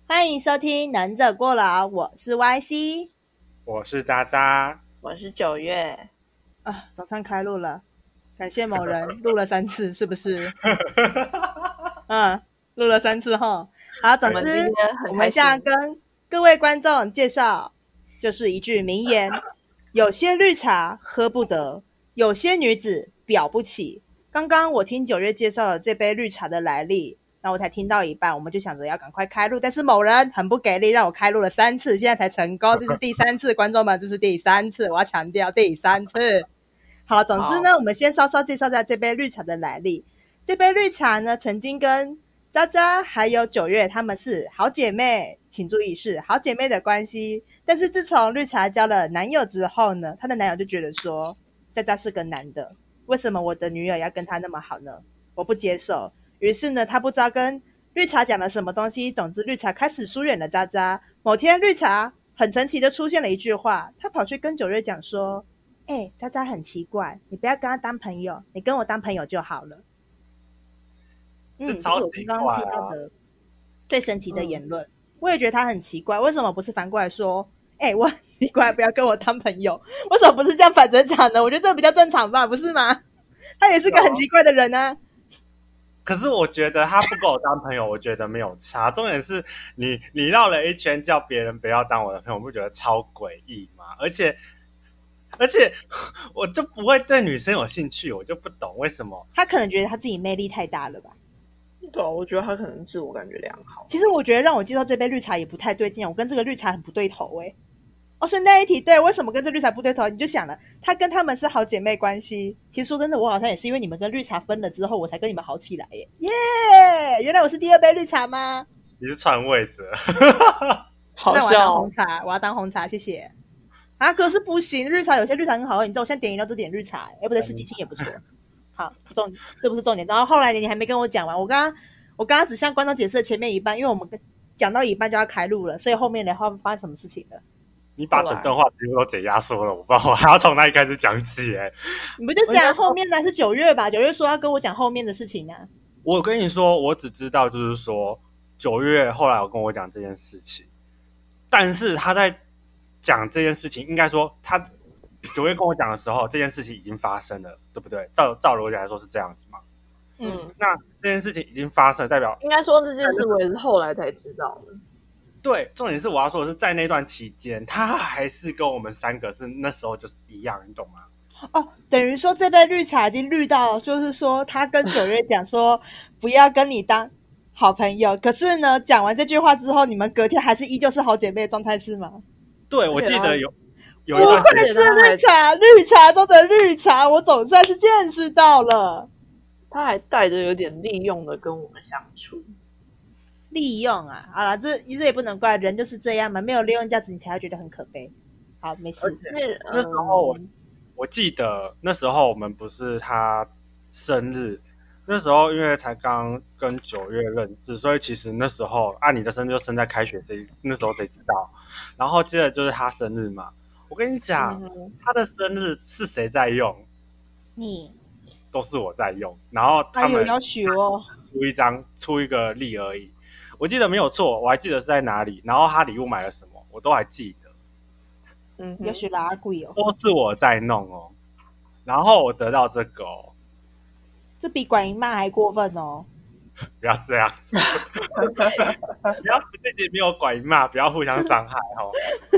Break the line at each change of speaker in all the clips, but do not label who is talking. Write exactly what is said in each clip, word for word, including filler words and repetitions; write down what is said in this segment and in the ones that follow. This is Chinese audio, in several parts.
欢迎收听能者过劳，我是 Y C，
我是渣渣，
我是九月
啊，早上开录了，感谢某人录了三次，是不是？嗯，录了三次哈。好，总之我们现在跟各位观众介绍，就是一句名言：有些绿茶喝不得，有些女子婊不起。刚刚我听九月介绍了这杯绿茶的来历，那我才听到一半，我们就想着要赶快开录，但是某人很不给力，让我开录了三次，现在才成功，这是第三次，观众们，这是第三次，我要强调第三次。好，总之呢，我们先稍稍介绍一下这杯绿茶的来历。这杯绿茶呢，曾经跟渣渣还有九月他们是好姐妹，请注意是好姐妹的关系。但是自从绿茶交了男友之后呢，她的男友就觉得说，渣渣是个男的，为什么我的女友要跟他那么好呢？我不接受。于是呢，他不知道跟绿茶讲了什么东西，总之绿茶开始疏远了渣渣。某天绿茶很神奇的出现了一句话，他跑去跟九月讲说，哎、欸，渣渣很奇怪，你不要跟他当朋友，你跟我当朋友就好了。嗯，这是我刚刚听到的最神奇的言论、嗯、我也觉得他很奇怪，为什么不是反过来说哎、欸，我很奇怪，不要跟我当朋友，为什么不是这样反着讲呢？我觉得这比较正常吧，不是吗？他也是个很奇怪的人啊。
可是我觉得他不跟我当朋友我觉得没有差，重点是你你绕了一圈叫别人不要当我的朋友，我不觉得超诡异吗？而且而且我就不会对女生有兴趣，我就不懂为什么。
他可能觉得他自己魅力太大了吧。
对啊，我觉得他可能自我感觉良好。
其实我觉得让我介绍这杯绿茶也不太对劲，我跟这个绿茶很不对头哎。哦，顺带一提，对，为什么跟这绿茶不对头？你就想了，他跟他们是好姐妹关系。其实说真的，我好像也是因为你们跟绿茶分了之后，我才跟你们好起来耶。耶、yeah! 原来我是第二杯绿茶吗？
你是篡位者。
好笑。
那我要当红茶，我要当红茶，谢谢。啊，可是不行，绿茶有些绿茶很好喝，你知道我现在点饮料都点绿茶，哎，不对，四季青也不错。好，重这不是重点。然后后来你还没跟我讲完，我刚刚我刚刚只向观众解释了前面一半，因为我们讲到一半就要开录了，所以后面的话发生什么事情了？
你把整段话几乎都解压缩了，我不知道我还要从哪里开始讲起哎、欸。
你不就讲后面的是九月吧？九月说要跟我讲后面的事情啊。
我跟你说，我只知道就是说九月后来有跟我讲这件事情，但是他在讲这件事情，应该说他九月跟我讲的时候，这件事情已经发生了，对不对？照照逻辑来说是这样子嘛。嗯，那这件事情已经发生，代表
应该说这件事我也是后来才知道的。
对，重点是我要说的是，在那段期间，他还是跟我们三个是那时候就是一样，你懂吗？
哦，等于说这杯绿茶已经绿到，就是说他跟九月讲说不要跟你当好朋友，可是呢，讲完这句话之后，你们隔天还是依旧是好姐妹的状态是吗？
对，我记得有有
一段不愧是绿茶，绿茶中的绿茶，我总算是见识到了。
他还带着有点利用的跟我们相处。
利用啊，好啦，这这也不能怪人，就是这样嘛，没有利用价值，你才会觉得很可悲。好，没事。
那时候我、嗯、我记得那时候我们不是他生日，那时候因为才刚跟九月认识，所以其实那时候啊，你的生日就生在开学这那时候谁知道？然后接着就是他生日嘛，我跟你讲，嗯、他的生日是谁在用？
你
都是我在用，然后他们
要许哦，
出一张出一个例而已。我记得没有错，我还记得是在哪里，然后他礼物买了什么，我都还记得。
嗯，也许拉贵哦，
都是我在弄哦，然后我得到这个哦，
这比管姨妈还过分哦！
不要这样子，不要自己没有管姨妈，不要互相伤害哦。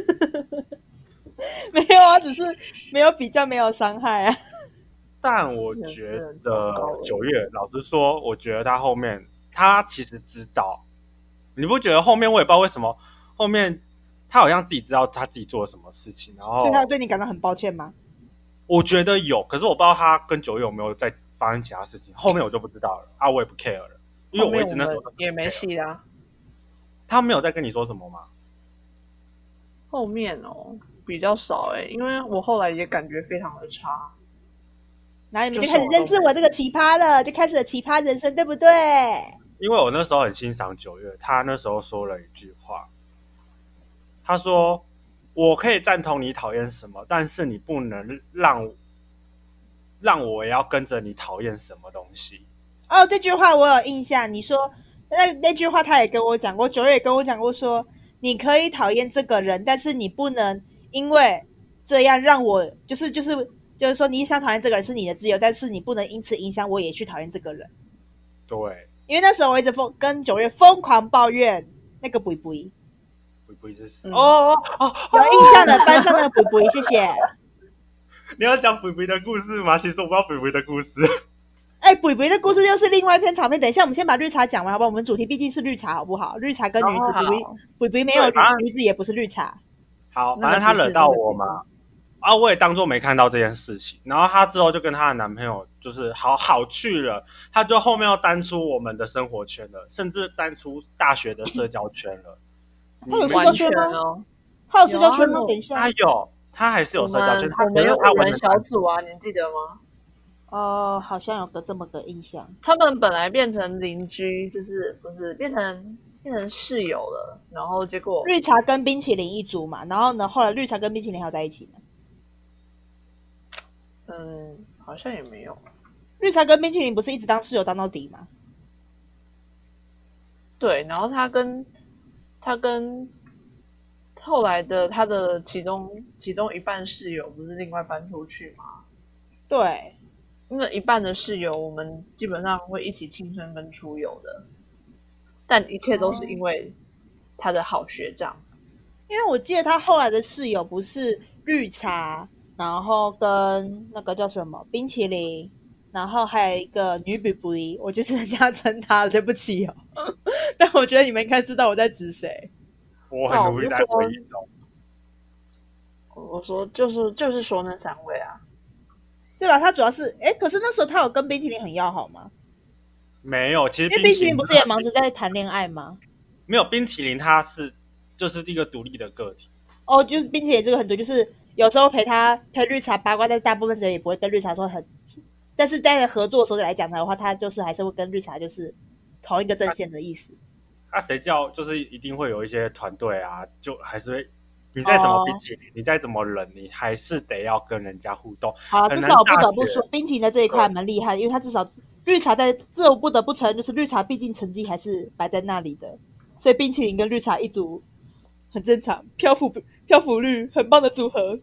没有啊，只是没有比较，没有伤害啊。
但我觉得九月，老实说，我觉得他后面他其实知道。你不觉得后面我也不知道为什么后面他好像自己知道他自己做了什么事情，然后
所以他对你感到很抱歉吗？
我觉得有，可是我不知道他跟九月有没有在发生其他事情，后面我就不知道了啊，我也不 care 了，因为我一直那时候
也没戏啦。
他没有在跟你说什么吗？
后面哦比较少哎、欸，因为我后来也感觉非常的差。
然后你们就开始认识我这个奇葩了，就开始了奇葩人生，对不对？
因为我那时候很欣赏九月，他那时候说了一句话，他说：“我可以赞同你讨厌什么，但是你不能让让我也要跟着你讨厌什么东西。”
哦，这句话我有印象。你说那那句话他也跟我讲过，九月也跟我讲过说，你可以讨厌这个人，但是你不能因为这样让我就是就是就是说你想讨厌这个人是你的自由，但是你不能因此影响我也去讨厌这个人。
对，
因为那时候我一直疯跟九月疯狂抱怨那个补补。
补补是
哦哦哦，有印象的班上那个补补，谢谢。
你要讲补补的故事吗？其实我不知道补补的故事。
哎，补补的故事又是另外一篇长篇。等一下，我们先把绿茶讲完，好不好？我们主题毕竟是绿茶，好不好？绿茶跟女子，补补补补没有女子也不是绿茶。
好，反正他惹到我嘛，啊，我也当作没看到这件事情。然后他之后就跟她的男朋友就是好好去了，他就后面又单出我们的生活圈了，甚至单出大学的社交圈了。
他有社交圈吗？他有社交圈吗？等一下，
他有，他还是有社交圈。
我们有五人小组啊，你记得吗？
哦，好像有个这么个印象。
他们本来变成邻居，就是不是变成变成室友了，然后结果
绿茶跟冰淇淋一组嘛，然后呢，后来绿茶跟冰淇淋还有在一起呢。
嗯，好像也没有。
绿茶跟冰淇淋不是一直当室友当到底吗？
对，然后他跟他跟后来的他的其中其中一半室友不是另外搬出去吗？
对。
那一半的室友，我们基本上会一起庆生跟出游的，但一切都是因为他的好学长。
因为我记得他后来的室友不是绿茶，然后跟那个叫什么冰淇淋，然后还有一个女比布伊，我就只能这样称他了，对不起哦。但我觉得你们应该知道我在指谁。
我很努力在回忆中。
我说就是就是说那三位啊。
对吧？他主要是，哎，可是那时候他有跟冰淇淋很要好吗？
没有，其实
因为冰淇淋不是也忙着在谈恋爱吗？
没有，冰淇淋他是就是一个独立的个体。
哦，就是冰淇淋这个很多，就是有时候陪他陪绿茶八卦，但是大部分时间也不会跟绿茶说很，但是在合作的时候来讲的话，他就是还是会跟绿茶就是同一个阵线的意思。
啊，谁叫就是一定会有一些团队啊，就还是会。你再怎么冰淇淋，哦、你再怎么冷，你还是得要跟人家互动。
好，至少我不得不说，冰淇淋在这一块蛮厉害，因为他至少绿茶在这，我不得不承认，就是绿茶毕竟成绩还是摆在那里的，所以冰淇淋跟绿茶一组很正常，漂浮漂浮率很棒的组合。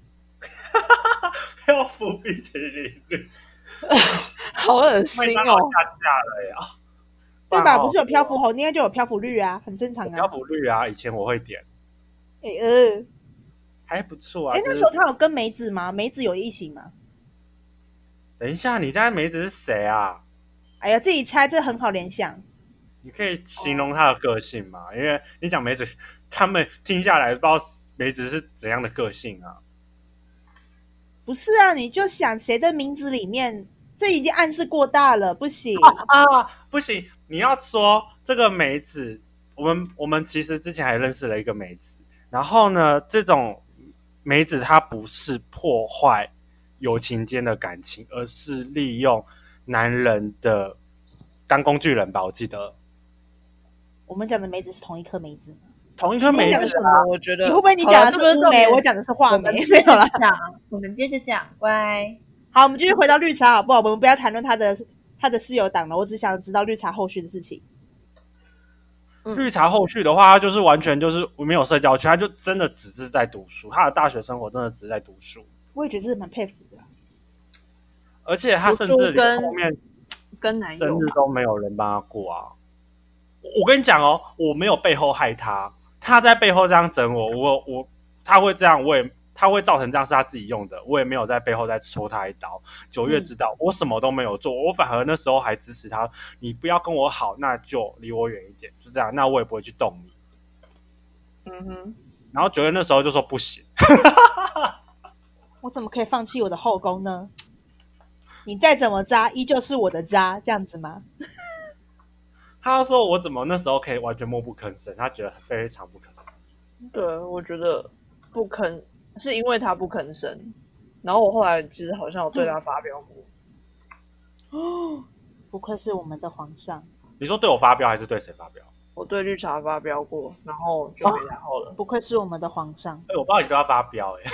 漂浮冰淇淋绿，
好恶心哦！
下架了呀，
对吧？不是有漂浮红，应该就有漂浮绿啊，很正常啊。
漂浮绿啊，以前我会点。
哎呃，
还不错啊。
哎，那时候他有跟梅子吗？梅子有异性吗？
等一下，你家梅子是谁啊？
哎呀，自己猜，这很好联想。
你可以形容他的个性吗？哦、因为你讲梅子，他们听下来不知道梅子是怎样的个性啊。
不是啊，你就想谁的名字里面，这已经暗示过大了，不行
啊啊，不行！你要说这个梅子，我们我们其实之前还认识了一个梅子。然后呢，这种梅子它不是破坏友情间的感情，而是利用男人的当工具人吧？我记得
我们讲的梅子是同一颗梅子，
同一颗梅子
啊。我觉得
你会不会你讲的是乌梅，我讲的是话梅？没有啦，
我们接着讲，乖。
好，我们继续回到绿茶好不好？我们不要谈论他的他的室友党了，我只想知道绿茶后续的事情。
绿茶后续的话，他就是完全就是没有社交圈，他就真的只是在读书，他的大学生活真的只是在读书。
我也觉得是蛮佩服的，
而且他甚至连后面
跟男友
生日都没有人帮他过啊！我跟你讲哦，我没有背后害他，他在背后这样整我，我我他会这样，我也他会造成这样是他自己用的，我也没有在背后再戳他一刀。九月知道、嗯、我什么都没有做，我反而那时候还支持他，你不要跟我好，那就离我远一点，就这样，那我也不会去动你。
嗯哼。
然后九月那时候就说不行，
我怎么可以放弃我的后宫呢？你再怎么渣，依旧是我的渣，这样子吗？
他说我怎么那时候可以完全默不吭声，他觉得非常不可思议。
对，我觉得不吭是因为他不吭声，然后我后来其实好像有对他发表过。
哦，不愧是我们的皇上。
你说对我发飙还是对谁发飙？
我对绿茶发飙过，然后就没然后了。
哦、不愧是我们的皇上。
哎、欸，我不知道你对他发飙哎、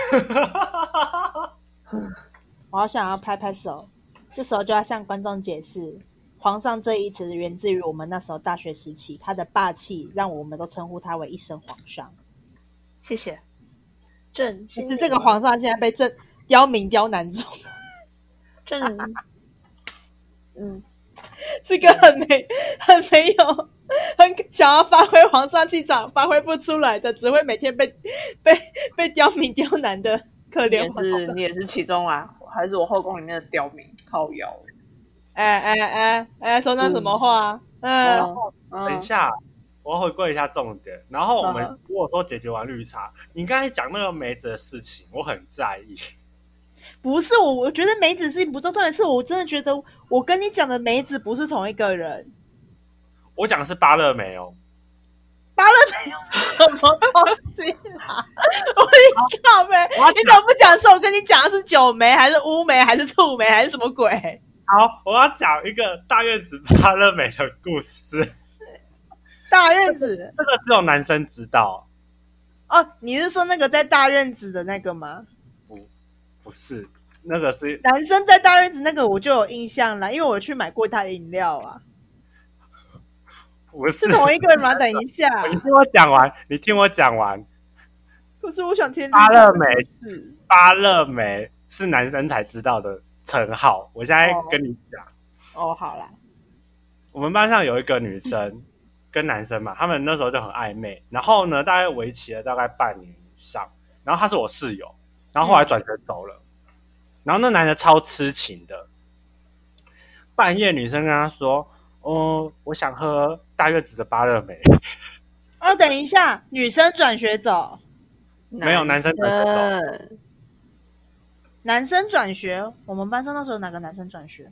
欸。我好想要拍拍手，这时候就要向观众解释， 皇上这一词源自于我们那时候大学时期，他的霸气让我们都称呼他为一声皇上。
谢谢。朕
可是这个皇上现在被朕刁民刁难中。
朕，嗯，
是个很没很没有很想要发挥皇上气场发挥不出来的，只会每天被被被刁民刁难的可怜皇上。
你也是你也是其中啊，还是我后宫里面的刁民靠腰？
哎哎哎哎，说那什么话？嗯，
嗯，
等一下，我要回归一下重点。然后我们如果说解决完绿茶，你刚才讲那个梅子的事情，我很在意。
不是我，我觉得梅子事情不重要，是我真的觉得我跟你讲的梅子不是同一个人。
我讲的是芭乐梅哦。
芭乐梅又是什么东西啊？我你靠呗！你怎么不讲是我跟你讲的是酒梅，还是乌梅，还是醋梅，还是什么鬼？
好，我要讲一个大院子芭乐梅的故事。
大院子，
这个只有男生知道
哦。你是说那个在大院子的那个吗？
不，不是，那个是
男生在大院子那个，我就有印象了，因为我去买过他的饮料啊。
不是，
是同一个人吗？等一下，
你听我讲完，你听我讲完。
可是我想听
芭乐梅
是
芭乐梅是男生才知道的称号，我现在跟你讲。
哦，好啦，
我们班上有一个女生跟男生嘛，他们那时候就很暧昧，然后呢，大概维持了大概半年以上，然后他是我室友，然后后来转学走了，嗯、然后那男的超痴情的，半夜女生跟他说：“哦，我想喝大月子的芭乐梅。”
哦，等一下，女生转学走，
没有男生转学走，
男生转学，我们班上那时候有哪个男生转学吗？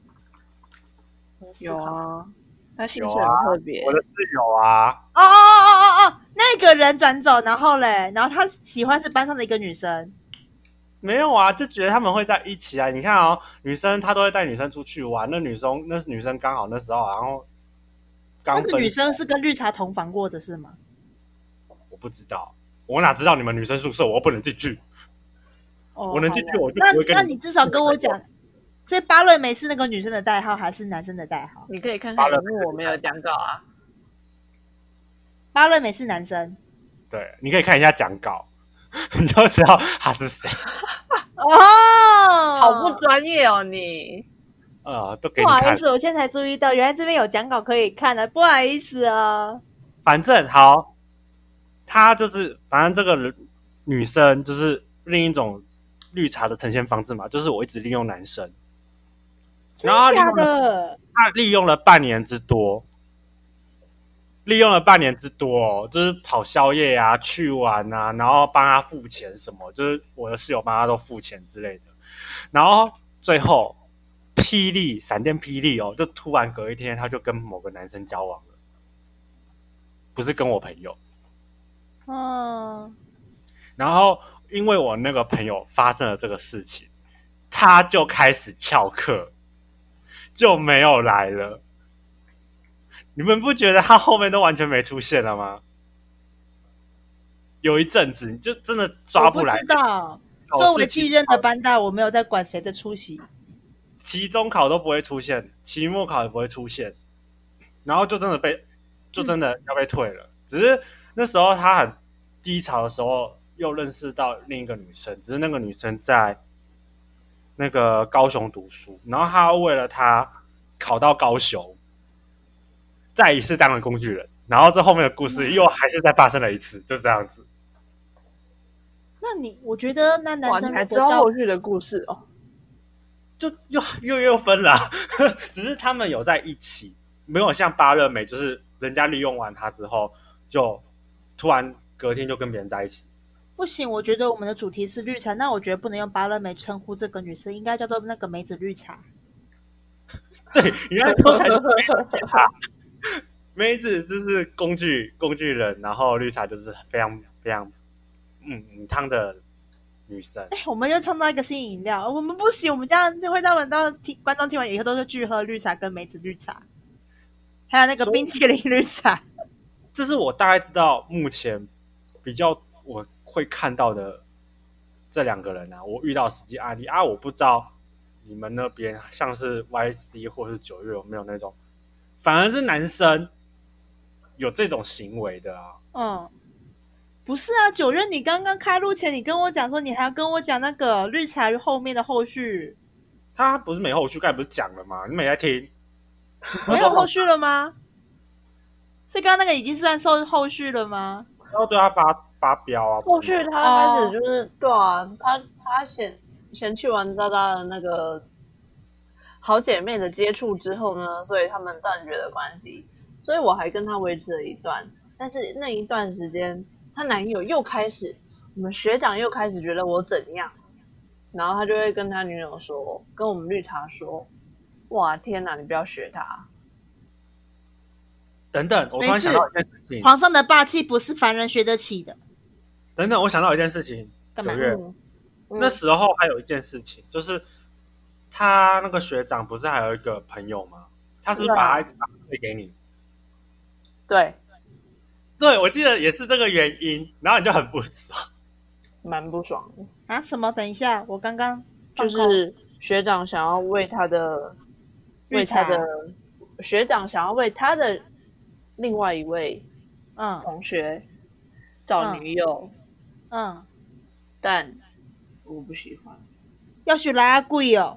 有啊，他姓氏很特别、
啊。我的室友啊。
哦哦哦哦哦，那个人转走，然后嘞，然后他喜欢是班上的一个女生。
没有啊，就觉得他们会在一起啊。你看哦，女生她都会带女生出去玩，那女生那女生刚好那时候，然后刚
那个女生是跟绿茶同房过的是吗？
我不知道，我哪知道你们女生宿舍，我又不能进去。
哦、
我能进去，我就
不
会跟你。
那那你至少跟我讲。所以芭乐梅是那个女生的代号还是男生的代号？
你可以看看荧幕，我没有讲稿啊。
芭乐梅是男生，
对，你可以看一下讲稿，你就知道他是谁。
哦，
好不专业哦你。
呃，都给你看。
不好意思，我现在才注意到，原来这边有讲稿可以看的，不好意思啊。
反正好，他就是反正这个女生就是另一种绿茶的呈现方式嘛，就是我一直利用男生。
真的假的？
他利用了半年之多，利用了半年之多哦，就是跑宵夜啊、去玩啊，然后帮他付钱什么，就是我的室友帮他都付钱之类的。然后最后霹雳闪电霹雳哦，就突然隔一天他就跟某个男生交往了，不是跟我朋友。
嗯。
然后因为我那个朋友发生了这个事情，他就开始翘课。就没有来了，你们不觉得他后面都完全没出现了吗？有一阵子就真的抓不来。
我不知道，作为继任的班代，我没有在管谁的出席。
期中考都不会出现，期末考也不会出现，然后就真的被，就真的要被退了。嗯、只是那时候他很低潮的时候，又认识到另一个女生，只是那个女生在。那个高雄读书，然后他为了他考到高雄，再一次当了工具人，然后这后面的故事又还是再发生了一次，就这样子。
那你我觉得那男生
你还知道后续的故事哦？
就又又又分了，只是他们有在一起，没有像芭乐梅，就是人家利用完他之后，就突然隔天就跟别人在一起。
不行，我觉得我们的主题是绿茶，那我觉得不能用芭乐梅称呼这个女生，应该叫做那个梅子绿茶。
对，你看刚才就是梅子绿茶，梅子就是工具工具人，然后绿茶就是非常非常嗯嗯汤的女生。
哎，我们又创造一个新饮料，我们不行，我们这样就会让闻到听观众听完以后都是拒喝绿茶跟梅子绿茶，还有那个冰淇淋绿茶。
这是我大概知道目前比较我会看到的这两个人啊，我遇到实际案例啊，我不知道你们那边像是 Y C 或是九月有没有那种，反而是男生有这种行为的啊？
嗯，不是啊，九月你刚刚开录前，你跟我讲说你还要跟我讲那个绿茶后面的后续。
他不是没后续，刚才不是讲了吗？你没在听？
没有后续了吗？所以刚刚那个已经算受后续了吗？
然后对他发发飙啊！
后续他开始就是、哦、对啊，他他嫌嫌弃完渣渣的那个好姐妹的接触之后呢，所以他们断绝了关系。所以我还跟他维持了一段，但是那一段时间，他男友又开始，我们学长又开始觉得我怎样，然后他就会跟他女友说，跟我们绿茶说，哇天哪，你不要学他。
等等，我突然想到一件事情，
皇上的霸气不是凡人学得起的。
等等，我想到一件事情，
干嘛？
九月、嗯嗯、那时候还有一件事情，就是他那个学长不是还有一个朋友吗？他是不是把他一直打退给你？
对，
对，我记得也是这个原因，然后你就很不爽，
蛮不爽的
啊？什么？等一下，我刚刚
就是学长想要为他的，为他的学长想要为他的另外一位同学找女友，
嗯，嗯
但我不喜欢，
要许来啊贵哦，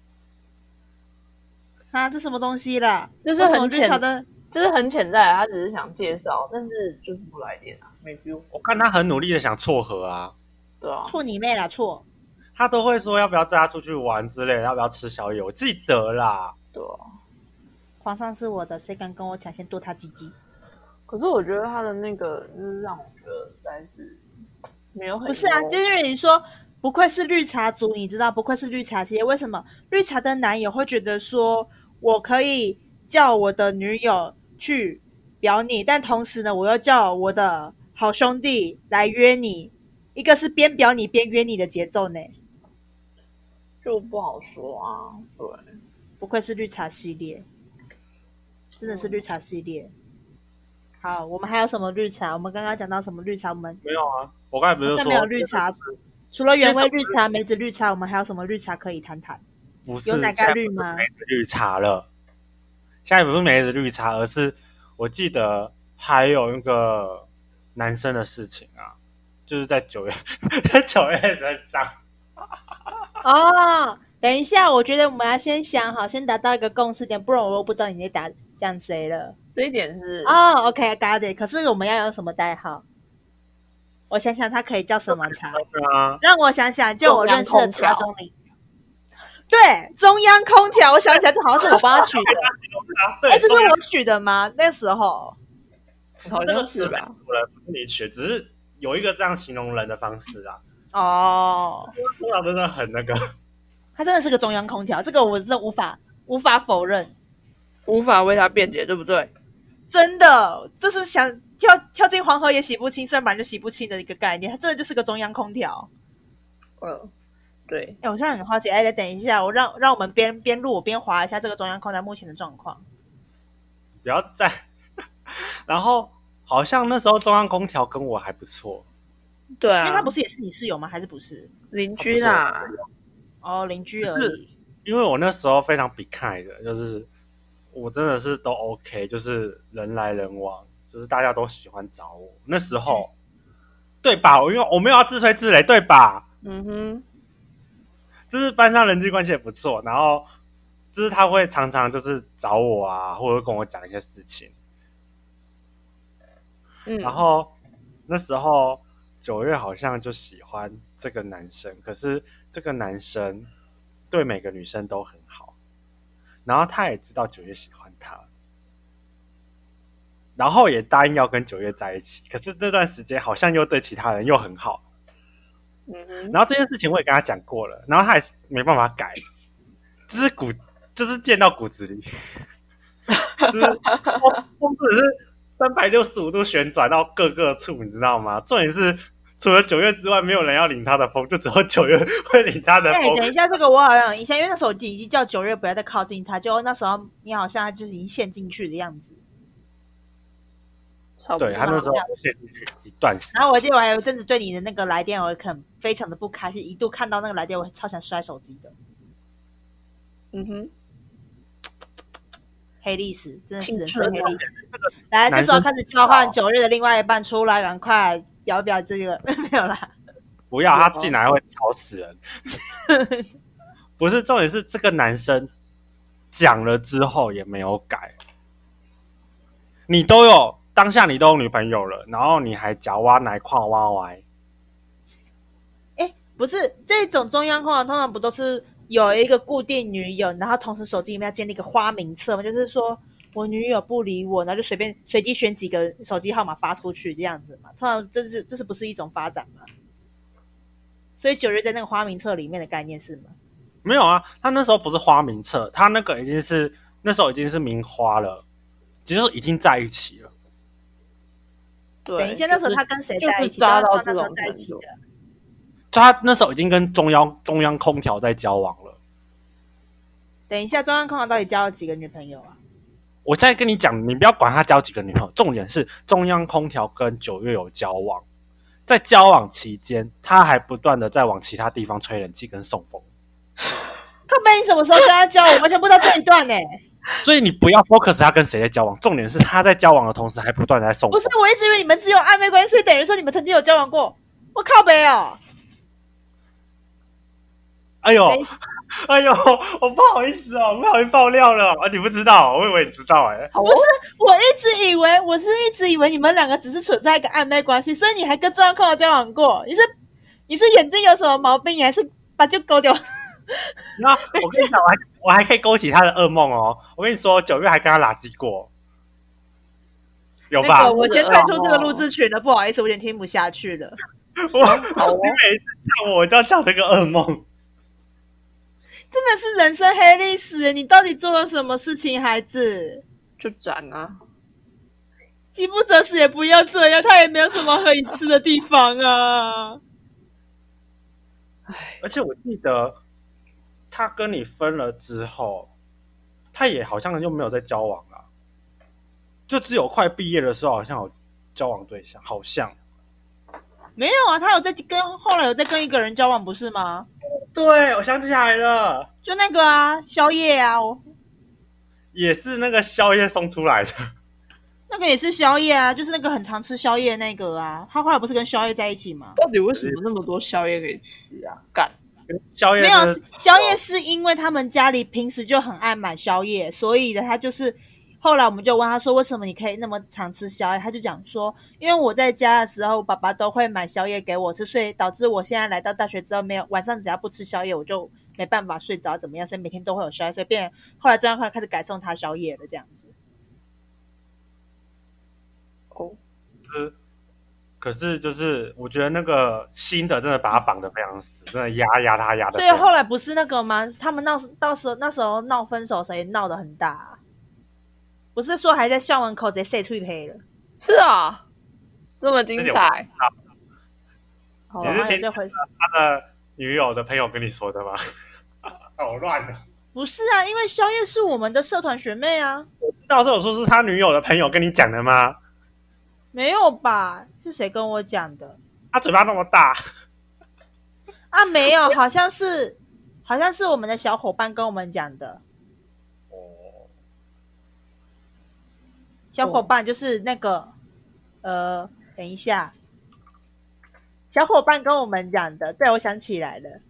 啊，这什么东西啦？
这是很浅的。这是很潜在的，他只是想介绍，但是就是不来电啊，没 feel。
我看他很努力的想撮合啊，
对啊，
撮你妹啦，撮！
他都会说要不要载他出去玩之类的，要不要吃宵夜，我记得啦。
对啊，
皇上是我的，谁敢跟我抢先剁他鸡鸡？
可是我觉得他的那个就是让我觉得实在是没有很
不是啊，就是你说不愧是绿茶族，你知道不愧是绿茶系，为什么绿茶的男友会觉得说我可以叫我的女友去表你，但同时呢，我又叫我的好兄弟来约你，一个是边表你边约你的节奏呢，
就不好说啊。对，
不愧是绿茶系列，真的是绿茶系列。好，我们还有什么绿茶？我们刚刚讲到什么绿茶？我们
没有啊，我刚才不是说
没有绿茶，除了原味绿茶、梅子绿茶，我们还有什么绿茶可以谈谈？
不是
有奶盖绿吗？
梅子绿茶了。现在不是梅子绿茶，而是我记得还有那个男生的事情啊，就是在九月，在九月身上。
哦，等一下，我觉得我们要先想好，先达到一个共识点，不然我又不知道你在打讲谁了。
这一点是
哦 ，OK， got it。可是我们要有什么代号？我想想，它可以叫什么茶？
啊、
让我想想，就我认识的茶中里。对，中央空调，我想起来，这好像是我帮他取的。哎，这是我取的吗？那时候
好像是吧？
不是你取，只是有一个这样形容人的方式啊。
哦，
空调真的很那个，
他真的是个中央空调，这个我真的无法无法否认，
无法为他辩解，对不对？
真的，这是想跳跳进黄河也洗不清，虽然本来就洗不清的一个概念，它真的就是个中央空调。
嗯。对，
哎，我突然很好奇，哎，等一下，我让让我们边边录我边滑一下这个中央空调目前的状况。
不要再，然后好像那时候中央空调跟我还不错。
对啊，
因为他不是也是你室友吗？还是不是
邻居啦？
哦，邻居而已。
因为我那时候非常比开的，就是我真的是都 OK， 就是人来人往，就是大家都喜欢找我。那时候，对吧？因为我没有要自吹自擂，对吧？
嗯哼。
就是班上人际关系也不错，然后就是他会常常就是找我啊，或者跟我讲一些事情。
嗯，
然后那时候九月好像就喜欢这个男生，可是这个男生对每个女生都很好，然后他也知道九月喜欢他，然后也答应要跟九月在一起，可是那段时间好像又对其他人又很好。
嗯，
然后这件事情我也跟他讲过了，然后他也没办法改，就是骨，就是见到骨子里，就是风只是三百六十五度旋转到各个处，你知道吗？重点是除了九月之外，没有人要领他的风，就只有九月会领他的风。
哎、欸，等一下，这个我好像有印象，因为那时候我已经叫九月不要再靠近他，就那时候你好像就是已经陷进去的样子。
对，他那时候陷进去一段时间。
然后我记得我还有一阵子对你的那个来电，我很非常的不开心，一度看到那个来电，我超想摔手机的。
嗯哼，
黑历史，真的是人
青春啊
生黑历史。来，这时候开始交换九月的另外一半出来，赶快表表这个没有啦。
不要，他进来会吵死人。不是，重点是这个男生讲了之后也没有改。你都有当下你都有女朋友了，然后你还假挖奶矿挖歪。
哎，不是这种中央空调通常不都是有一个固定女友，然后同时手机里面要建立一个花名册吗？就是说我女友不理我，然后就随便随机选几个手机号码发出去这样子嘛。通常这是这是不是一种发展吗？所以九月在那个花名册里面的概念是吗？
没有啊，他那时候不是花名册，他那个已经是那时候已经是名花了，其实已经在一起了。
对，
等一下，那时候他跟谁在一起？
就是抓到
那时候
这种
在一起的。
就他那时候已经跟中央中央空调在交往了。
等一下，中央空调到底交了几个女朋友啊？
我现在跟你讲，你不要管他交几个女朋友，重点是中央空调跟九月有交往，在交往期间，他还不断的在往其他地方吹冷气跟送风。
靠北，你什么时候跟他交往？我完全不知道这一段呢、欸。
所以你不要 focus 他跟谁在交往，重点是他在交往的同时还不断的在送风。
不是，我一直以为你们只有暧昧关系，所以等于说你们曾经有交往过。我靠北哦！
哎呦，哎呦，我不好意思哦，不小心爆料了啊！你不知道，我以为你知道哎、欸。
不是，我一直以为，我是一直以为你们两个只是存在一个暧昧关系，所以你还跟中央空调交往过？你是你是眼睛有什么毛病，你还是把就勾掉？
那我跟你讲，我还我还可以勾起他的噩梦哦。我跟你说，九月还跟他拉鸡过，有吧？
那个、我先退出这个录制群了，不好意思，我有点听不下去了。
我、哦、你每次讲我就要讲这个噩梦，
真的是人生黑历史！你到底做了什么事情，孩子？
就斩啊！
饥不择食也不要这样，他也没有什么可以吃的地方啊。
而且我记得他跟你分了之后，他也好像就没有再交往了，就只有快毕业的时候好像有交往对象，好像
没有啊，他有在跟后来有在跟一个人交往，不是吗？
对，我想起来了，
就那个啊，宵夜啊，我
也是那个宵夜送出来的。
那个也是宵夜啊，就是那个很常吃宵夜那个啊，他后来不是跟宵夜在一起吗？
到底为什么那么多宵夜可以吃啊？干！
宵夜
没有宵夜是因为他们家里平时就很爱买宵夜，所以的他就是后来我们就问他说为什么你可以那么常吃宵夜，他就讲说因为我在家的时候爸爸都会买宵夜给我吃，所以导致我现在来到大学之后没有晚上只要不吃宵夜我就没办法睡着怎么样，所以每天都会有宵夜，所以变后来这样开始改送他宵夜了这样子。
哦，
是，可是就是我觉得那个新的真的把他绑得非常死，真的压压他压的。
所以后来不是那个吗？他们闹到时候那时候闹分手，谁闹得很大、啊？不是说还在校门口直接塞脆胚了？
是啊，这么精彩。
好，你是听这回事他的女友的朋友跟你说的吗？好乱啊！
不是啊，因为宵夜是我们的社团学妹啊。
我知道这种说是他女友的朋友跟你讲的吗？
没有吧？是谁跟我讲的？
他嘴巴那么大
啊？没有，好像是，好像是我们的小伙伴跟我们讲的。
哦，
小伙伴就是那个，呃，等一下，小伙伴跟我们讲的。对，我想起来了，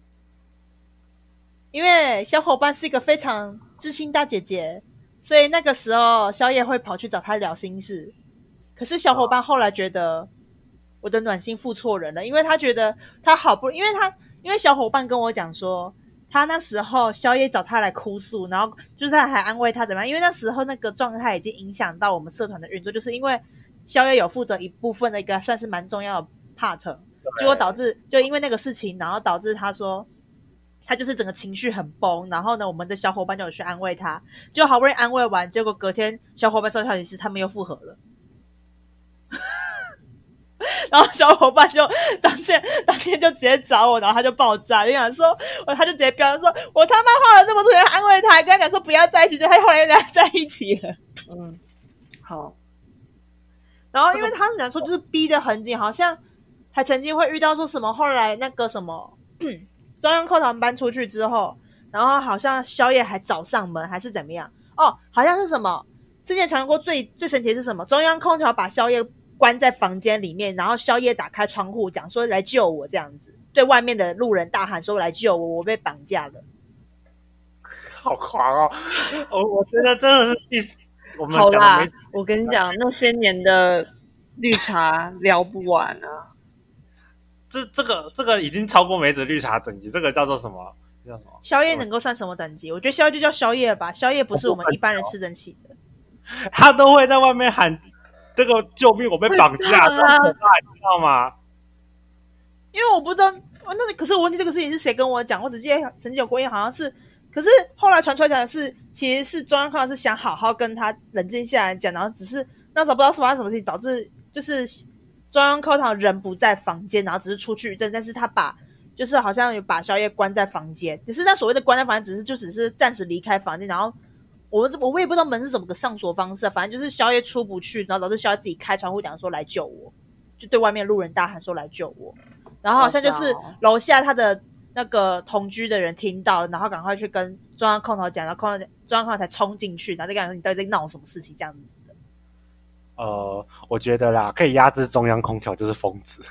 因为小伙伴是一个非常知心大姐姐，所以那个时候宵夜会跑去找他聊心事。可是小伙伴后来觉得我的暖心付错人了，因为他觉得他好不，因为他因为小伙伴跟我讲说，他那时候宵夜找他来哭诉，然后就是他还安慰他怎么样，因为那时候那个状态已经影响到我们社团的运作，就是因为宵夜有负责一部分的一个算是蛮重要的 part， 结果导致就因为那个事情，然后导致他说他就是整个情绪很崩，然后呢我们的小伙伴就有去安慰他，结果好不容易安慰完，结果隔天小伙伴收到消息是他们又复合了。然后小伙伴就当天当天就直接找我，然后他就爆炸，就想说，他就直接飙说，我他妈花了这么多钱安慰他，还跟他讲说不要在一起，就他后来又跟他在一起了。
嗯，好。
然后因为他是讲说就是逼得很紧，好像还曾经会遇到说什么，后来那个什么中央课堂搬出去之后， 然后好像宵夜还找上门还是怎么样哦，好像是什么之前传过最最神奇的是什么，中央空调把宵夜关在房间里面，然后宵夜打开窗户讲说来救我这样子，对外面的路人大喊说来救我，我被绑架了。
好狂哦！我我觉得真的是第我们
好啦，
讲
我跟你讲，那些年的绿茶聊不完啊。
这这个这个已经超过梅子绿茶等级，这个叫做什么？叫什么？
宵夜能够算什么等级？我觉得宵夜就叫宵夜吧，宵夜不是我们一般人吃得起的。
他都会在外面喊这个救命，我被绑架，这么可怕，你知道吗？
因为我不知道，那可是我问题这个事情是谁跟我讲？我只记得曾经有过，因为好像是。可是后来传出来讲的是，其实是中央空调是想好好跟他冷静下来讲，然后只是那时候不知道发生什么事情，导致就是中央空调人不在房间，然后只是出去一阵，但是他把就是好像有把宵夜关在房间，只是那所谓的关在房间，只是就只是暂时离开房间，然后我我也不知道门是怎么个上锁方式，反正就是宵夜出不去，然后导致宵夜自己开窗户讲说来救我，就对外面路人大喊说来救我，然后好像就是楼下他的。那个同居的人听到，然后赶快去跟中央空调讲，然后空调中央空调才冲进去，然后就跟他说你到底在闹什么事情这样子的。
呃，我觉得啦，可以压制中央空调就是疯子，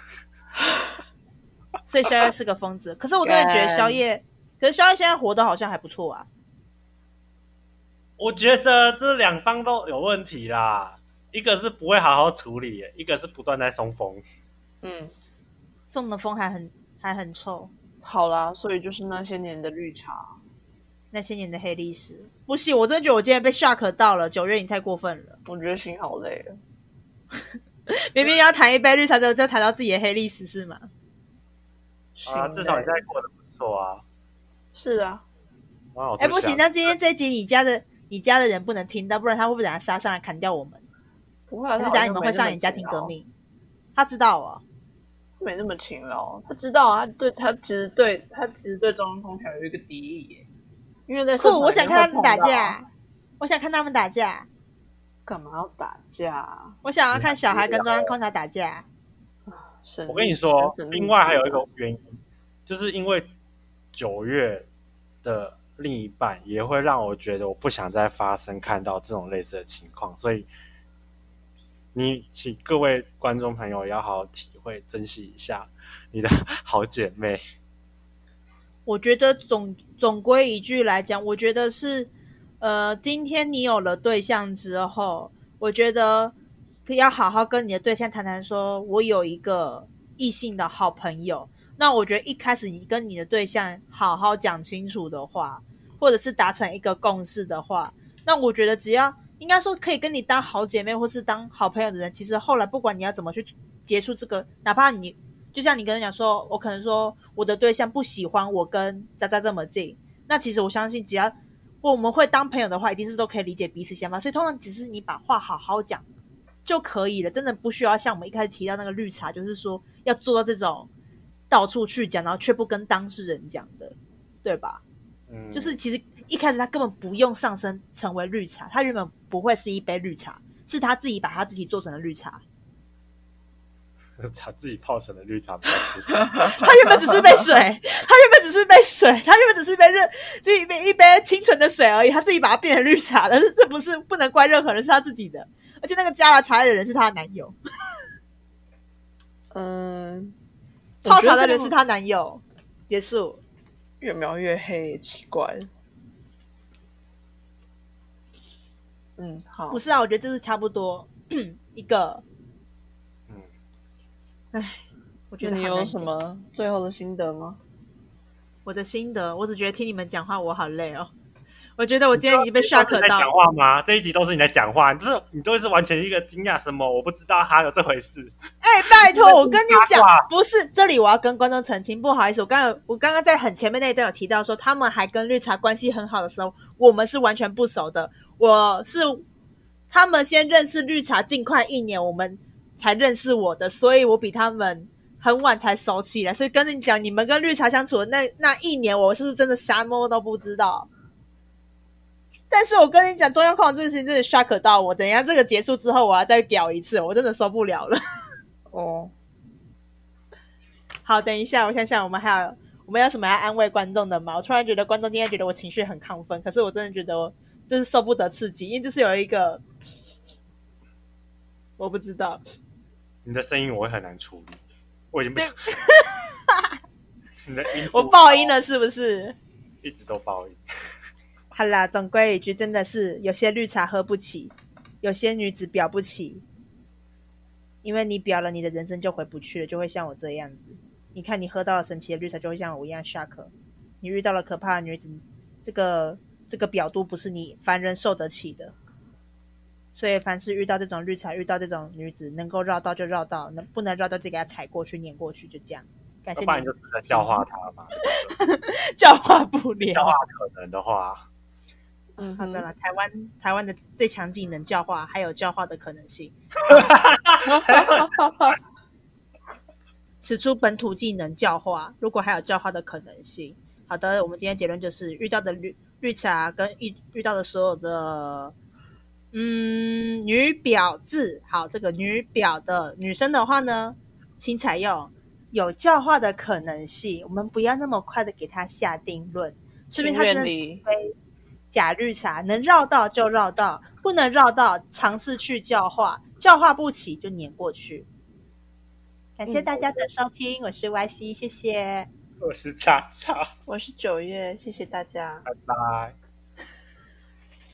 所以宵夜是个疯子。可是我真的觉得宵夜，可是宵夜现在活得好像还不错啊。
我觉得这两方都有问题啦，一个是不会好好处理，一个是不断在送风。
嗯，
送的风还很还很臭。
好啦，所以就是那些年的绿茶，
那些年的黑历史。不行，我真的觉得我今天被 shock 到了。九月你太过分了，
我觉得心好累了。
明明要谈一杯绿茶，就就谈到自己的黑历史是吗？
啊，至少你现在过得不错啊。
是啊。
哎、欸，不行，那今天这一集你家的你家的人不能听到，不然他会不会等下杀上来砍掉我们？
不会啊，
还是等下你们会上演家庭革命？他知道哦。
没那么勤劳，他知道啊，他对他其实对他其实对中央空调有一个敌意耶，因为在社
我想看他们打架，我想看他们打架，
干嘛要打架？
我想要看小孩跟中央空调打架。
我跟你说，另外还有一个原因，就是因为九月的另一半也会让我觉得我不想再发生看到这种类似的情况，所以。你请各位观众朋友要好好体会珍惜一下你的好姐妹。
我觉得总总归一句来讲，我觉得是呃，今天你有了对象之后，我觉得要好好跟你的对象谈谈说我有一个异性的好朋友，那我觉得一开始你跟你的对象好好讲清楚的话，或者是达成一个共识的话，那我觉得只要应该说可以跟你当好姐妹或是当好朋友的人，其实后来不管你要怎么去结束这个，哪怕你就像你跟人讲说我可能说我的对象不喜欢我跟渣渣这么近，那其实我相信只要我们会当朋友的话，一定是都可以理解彼此想法，所以通常只是你把话好好讲就可以了，真的不需要像我们一开始提到那个绿茶，就是说要做到这种到处去讲然后却不跟当事人讲的，对吧？嗯，就是其实一开始他根本不用上升成为绿茶，他原本不会是一杯绿茶，是他自己把他自己做成了绿茶，
他自己泡成了绿茶。
他原本只是杯水，他原本只是杯水，他原本只是一杯热，就一杯一杯清纯的水而已，他自己把它变成绿茶，但是这不是不能怪任何人，是他自己的，而且那个加了茶叶的人是他的男友。
嗯，
泡茶的人是他男友。结束。
越描越黑，奇怪。嗯，好。
不是啊，我觉得这是差不多一个。
嗯。
唉，我觉得
你有什么最后的心得吗？
我的心得，我只觉得听你们讲话我好累哦。我觉得我今天已经被 shock 到。
你在讲话吗？这一集都是你在讲话，就是你都是完全一个惊讶什么？我不知道还有这回事。
哎、欸，拜托，我跟你讲，不是这里我要跟观众澄清，不好意思，我刚刚我刚刚在很前面那一段有提到说，他们还跟绿茶关系很好的时候，我们是完全不熟的。我是他们先认识绿茶近快一年，我们才认识我的，所以我比他们很晚才熟起来。所以跟你讲，你们跟绿茶相处的那那一年，我是真的啥摸都不知道。但是我跟你讲，中央空调这件事情真的 shock 到我。等一下这个结束之后，我要再屌一次，我真的受不了了。
哦，
好，等一下，我想想，我们还有我我们有什么要安慰观众的吗？我突然觉得观众今天觉得我情绪很亢奋，可是我真的觉得我这是受不得刺激，因为这是有一个我不知道
你的声音我会很难处理，我已经不想你的音
我爆音了是不是？
一直都爆音。
好啦，总归一句，真的是有些绿茶喝不起，有些女子表不起，因为你表了，你的人生就回不去了，就会像我这样子。你看，你喝到了神奇的绿茶，就会像我一样 shock。你遇到了可怕的女子，这个这个表度不是你凡人受得起的。所以，凡是遇到这种绿茶，遇到这种女子，能够绕道就绕道，能不能绕道就给她踩过去、碾过去，就这样。感谢你。
要不然就只能教化她吧。
教化不了。
教化可能的话。
嗯，好的了，台湾台湾的最强技能教化，还有教化的可能性。此处本土技能教化，如果还有教化的可能性。好的，我们今天结论就是遇到的绿绿茶跟遇遇到的所有的嗯女婊子，好，这个女婊的女生的话呢，请采用有教化的可能性，我们不要那么快的给她下定论，说明她真的只非假绿茶，能绕道就绕道，不能绕道尝试去教化，教化不起就碾过去。感谢大家的收听，嗯、我是 Y C， 谢谢。
我是叉叉，
我是九月，谢谢大家，
拜拜。